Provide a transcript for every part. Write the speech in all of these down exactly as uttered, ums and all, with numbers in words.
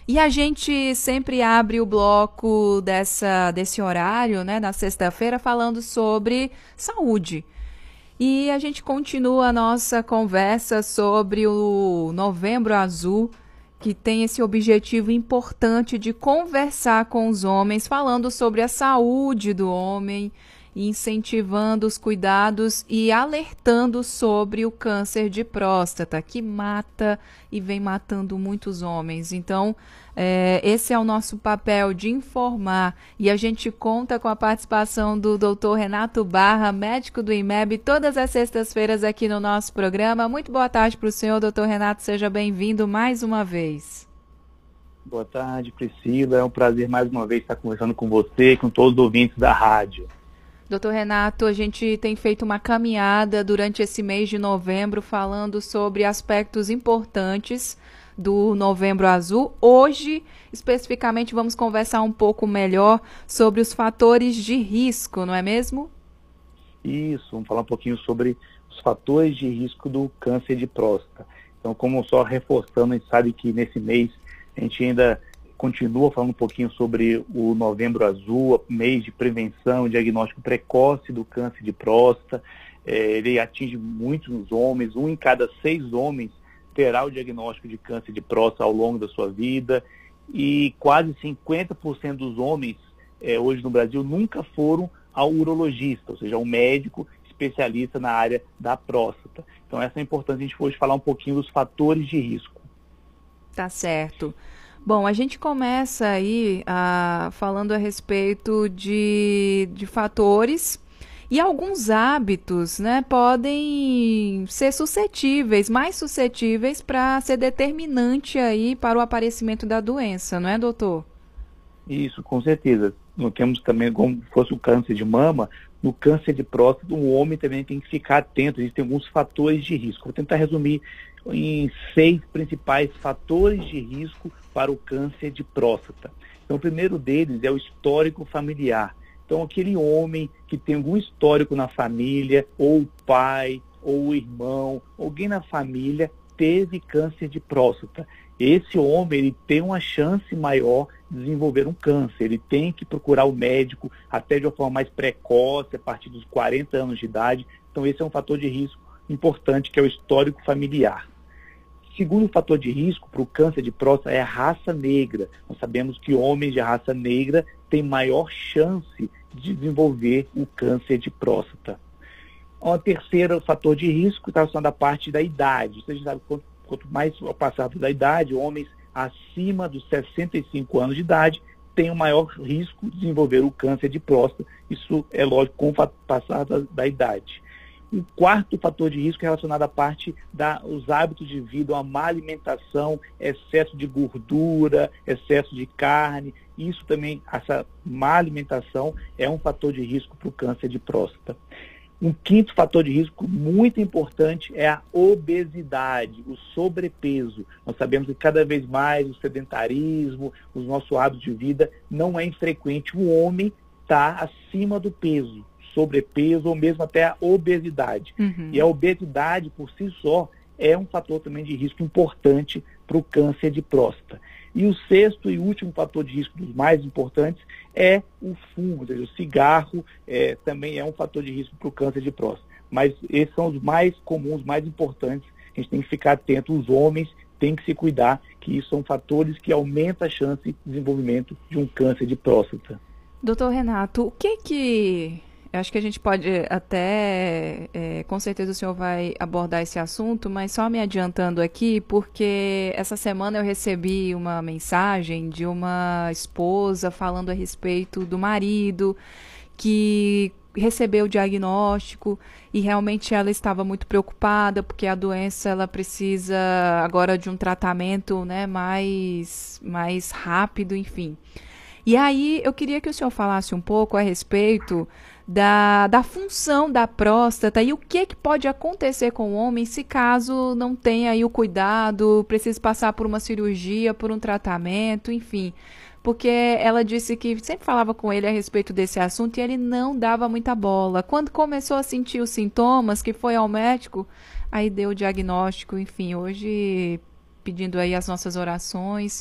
E a gente sempre abre o bloco dessa, desse horário, né, na sexta-feira, falando sobre saúde. E a gente continua a nossa conversa sobre o Novembro Azul, que tem esse objetivo importante de conversar com os homens, falando sobre a saúde do homem, incentivando os cuidados e alertando sobre o câncer de próstata, que mata e vem matando muitos homens. Então, é, esse é o nosso papel de informar, e a gente conta com a participação do doutor Renato Barra, médico do IMEB, todas as sextas-feiras aqui no nosso programa. Muito boa tarde para o senhor, doutor Renato, seja bem-vindo mais uma vez. Boa tarde, Priscila, é um prazer mais uma vez estar conversando com você e com todos os ouvintes da rádio. Doutor Renato, a gente tem feito uma caminhada durante esse mês de novembro falando sobre aspectos importantes do Novembro Azul. Hoje, especificamente, vamos conversar um pouco melhor sobre os fatores de risco, não é mesmo? Isso, vamos falar um pouquinho sobre os fatores de risco do câncer de próstata. Então, como só reforçando, a gente sabe que nesse mês a gente ainda continua falando um pouquinho sobre o Novembro Azul, mês de prevenção e diagnóstico precoce do câncer de próstata. É, ele atinge muitos homens, um em cada seis homens terá o diagnóstico de câncer de próstata ao longo da sua vida, e quase cinquenta por cento dos homens é, hoje no Brasil nunca foram ao urologista, ou seja, ao médico especialista na área da próstata. Então essa é importante a gente hoje falar um pouquinho dos fatores de risco. Tá certo. Bom, a gente começa aí a, falando a respeito de, de fatores e alguns hábitos, né, podem ser suscetíveis, mais suscetíveis para ser determinante aí para o aparecimento da doença, não é, doutor? Isso, com certeza. Nós temos também, como fosse o câncer de mama, no câncer de próstata, o homem também tem que ficar atento. Existem alguns fatores de risco. Vou tentar resumir em seis principais fatores de risco para o câncer de próstata. Então, o primeiro deles é o histórico familiar. Então, aquele homem que tem algum histórico na família, ou o pai, ou o irmão, alguém na família teve câncer de próstata. Esse homem ele tem uma chance maior de desenvolver um câncer. Ele tem que procurar o médico até de uma forma mais precoce, a partir dos quarenta anos de idade. Então, esse é um fator de risco importante, que é o histórico familiar. Segundo fator de risco para o câncer de próstata é a raça negra. Nós sabemos que homens de raça negra têm maior chance de desenvolver o câncer de próstata. Um terceiro fator de risco está relacionado à parte da idade. Você sabe que quanto, quanto mais ao passar da idade, homens acima dos sessenta e cinco anos de idade têm o maior risco de desenvolver o câncer de próstata. Isso é lógico com o passar da, da idade. Um quarto fator de risco é relacionado à parte dos hábitos de vida, uma má alimentação, excesso de gordura, excesso de carne. Isso também, essa má alimentação é um fator de risco para o câncer de próstata. Um quinto fator de risco muito importante é a obesidade, o sobrepeso. Nós sabemos que cada vez mais o sedentarismo, os nossos hábitos de vida, não é infrequente o homem estar acima do peso, sobrepeso ou mesmo até a obesidade. Uhum. E a obesidade por si só é um fator também de risco importante para o câncer de próstata. E o sexto e último fator de risco, dos mais importantes, é o fumo, ou seja, o cigarro é, também é um fator de risco para o câncer de próstata. Mas esses são os mais comuns, mais importantes. A gente tem que ficar atento, os homens têm que se cuidar, que isso são fatores que aumentam a chance de desenvolvimento de um câncer de próstata. Doutor Renato, o que que... Eu acho que a gente pode até, é, com certeza o senhor vai abordar esse assunto, mas só me adiantando aqui, porque essa semana eu recebi uma mensagem de uma esposa falando a respeito do marido que recebeu o diagnóstico e realmente ela estava muito preocupada porque a doença ela precisa agora de um tratamento, né, mais, mais rápido, enfim. E aí eu queria que o senhor falasse um pouco a respeito Da, da função da próstata e o que, que pode acontecer com o homem se caso não tenha aí o cuidado, precise passar por uma cirurgia, por um tratamento, enfim. Porque ela disse que sempre falava com ele a respeito desse assunto e ele não dava muita bola. Quando começou a sentir os sintomas, que foi ao médico, aí deu o diagnóstico, enfim, hoje pedindo aí as nossas orações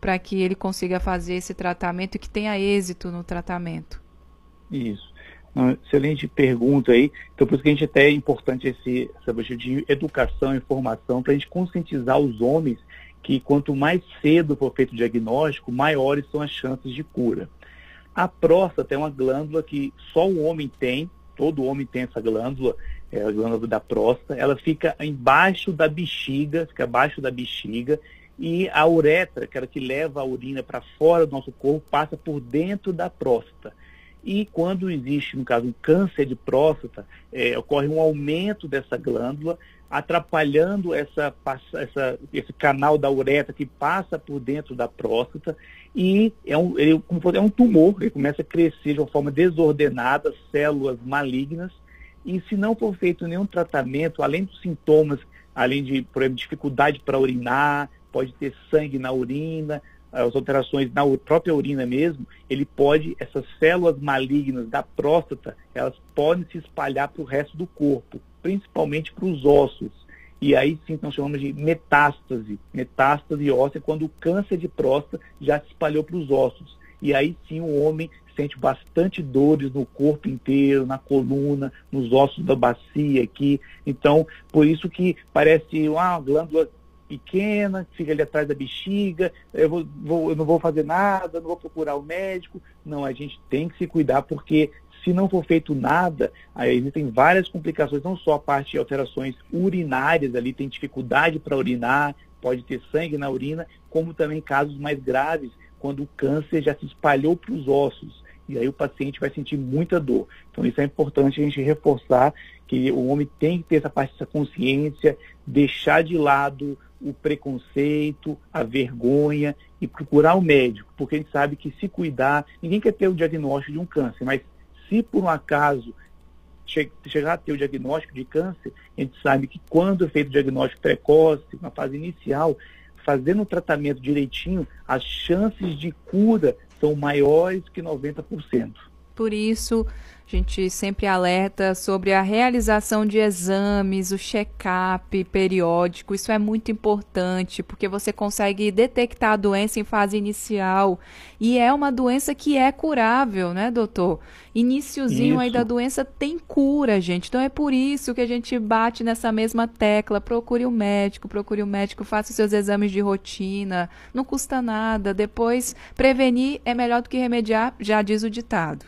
para que ele consiga fazer esse tratamento e que tenha êxito no tratamento? Isso. Uma excelente pergunta aí. Então, por isso que a gente até é importante esse, essa questão de educação e informação, para a gente conscientizar os homens que quanto mais cedo for feito o diagnóstico, maiores são as chances de cura. A próstata é uma glândula que só o homem tem, todo homem tem essa glândula, é a glândula da próstata, ela fica embaixo da bexiga, fica abaixo da bexiga, e a uretra, que é a que leva a urina para fora do nosso corpo, passa por dentro da próstata. E quando existe, no caso, um câncer de próstata, é, ocorre um aumento dessa glândula, atrapalhando essa, essa, esse canal da uretra que passa por dentro da próstata, e é um, ele, como for, é um tumor, ele começa a crescer de uma forma desordenada, células malignas, e se não for feito nenhum tratamento, além dos sintomas, além de, por exemplo, dificuldade para urinar, pode ter sangue na urina, as alterações na própria urina mesmo, ele pode, essas células malignas da próstata, elas podem se espalhar para o resto do corpo, principalmente para os ossos. E aí sim nós chamamos de metástase. Metástase óssea, quando o câncer de próstata já se espalhou para os ossos. E aí sim o homem sente bastante dores no corpo inteiro, na coluna, nos ossos da bacia aqui. Então, por isso que parece uma glândula pequena, que fica ali atrás da bexiga, eu, vou, vou, eu não vou fazer nada, não vou procurar o médico. Não, a gente tem que se cuidar, porque se não for feito nada, aí existem várias complicações, não só a parte de alterações urinárias, ali tem dificuldade para urinar, pode ter sangue na urina, como também casos mais graves, quando o câncer já se espalhou para os ossos, e aí o paciente vai sentir muita dor. Então isso é importante a gente reforçar, que o homem tem que ter essa parte, essa consciência, deixar de lado o preconceito, a vergonha e procurar o médico, porque a gente sabe que se cuidar, ninguém quer ter o diagnóstico de um câncer, mas se por um acaso che chegar a ter o diagnóstico de câncer, a gente sabe que quando é feito o diagnóstico precoce, na fase inicial, fazendo o tratamento direitinho, as chances de cura são maiores que noventa por cento. Por isso, a gente sempre alerta sobre a realização de exames, o check-up periódico. Isso é muito importante, porque você consegue detectar a doença em fase inicial. E é uma doença que é curável, né, doutor? Iniciozinho aí da doença tem cura, gente. Então é por isso que a gente bate nessa mesma tecla. Procure o médico, procure o médico, faça os seus exames de rotina. Não custa nada. Depois, prevenir é melhor do que remediar, já diz o ditado.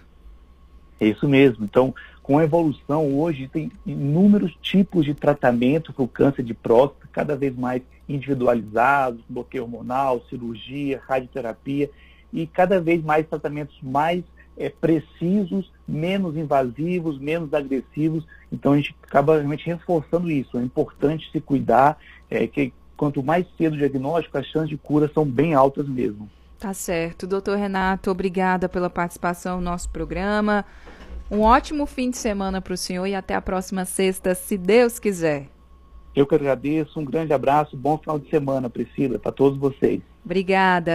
É isso mesmo. Então, com a evolução, hoje tem inúmeros tipos de tratamento para o câncer de próstata, cada vez mais individualizados, bloqueio hormonal, cirurgia, radioterapia, e cada vez mais tratamentos mais é, precisos, menos invasivos, menos agressivos. Então, a gente acaba realmente reforçando isso. É importante se cuidar, é, que quanto mais cedo o diagnóstico, as chances de cura são bem altas mesmo. Tá certo. Doutor Renato, obrigada pela participação no nosso programa. Um ótimo fim de semana para o senhor e até a próxima sexta, se Deus quiser. Eu que agradeço. Um grande abraço. Bom final de semana, Priscila, para todos vocês. Obrigada.